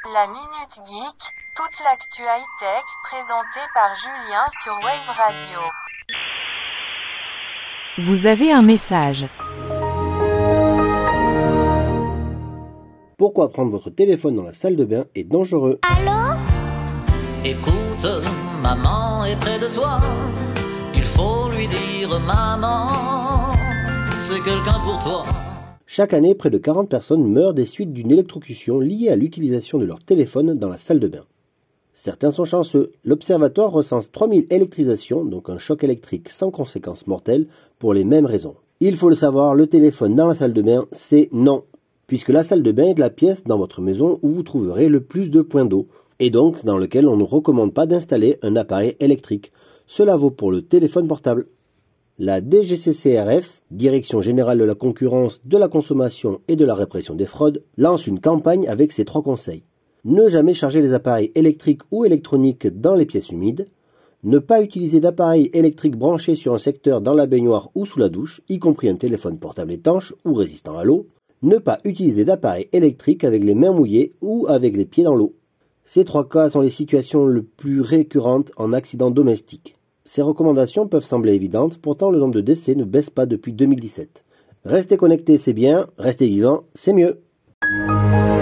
La Minute Geek, toute l'actu high-tech, présentée par Julien sur Wave Radio. Vous avez un message. Pourquoi prendre votre téléphone dans la salle de bain est dangereux? Allô? Écoute, maman est près de toi. Il faut lui dire maman, c'est quelqu'un pour toi. Chaque année, près de 40 personnes meurent des suites d'une électrocution liée à l'utilisation de leur téléphone dans la salle de bain. Certains sont chanceux. L'Observatoire recense 3000 électrisations, donc un choc électrique sans conséquences mortelles, pour les mêmes raisons. Il faut le savoir, le téléphone dans la salle de bain, c'est non. Puisque la salle de bain est la pièce dans votre maison où vous trouverez le plus de points d'eau, et donc dans lequel on ne recommande pas d'installer un appareil électrique. Cela vaut pour le téléphone portable. La DGCCRF, Direction générale de la concurrence, de la consommation et de la répression des fraudes, lance une campagne avec ces 3 conseils. Ne jamais charger les appareils électriques ou électroniques dans les pièces humides. Ne pas utiliser d'appareils électriques branchés sur un secteur dans la baignoire ou sous la douche, y compris un téléphone portable étanche ou résistant à l'eau. Ne pas utiliser d'appareils électriques avec les mains mouillées ou avec les pieds dans l'eau. Ces 3 cas sont les situations les plus récurrentes en accident domestique. Ces recommandations peuvent sembler évidentes, pourtant le nombre de décès ne baisse pas depuis 2017. Restez connectés, c'est bien, restez vivants, c'est mieux.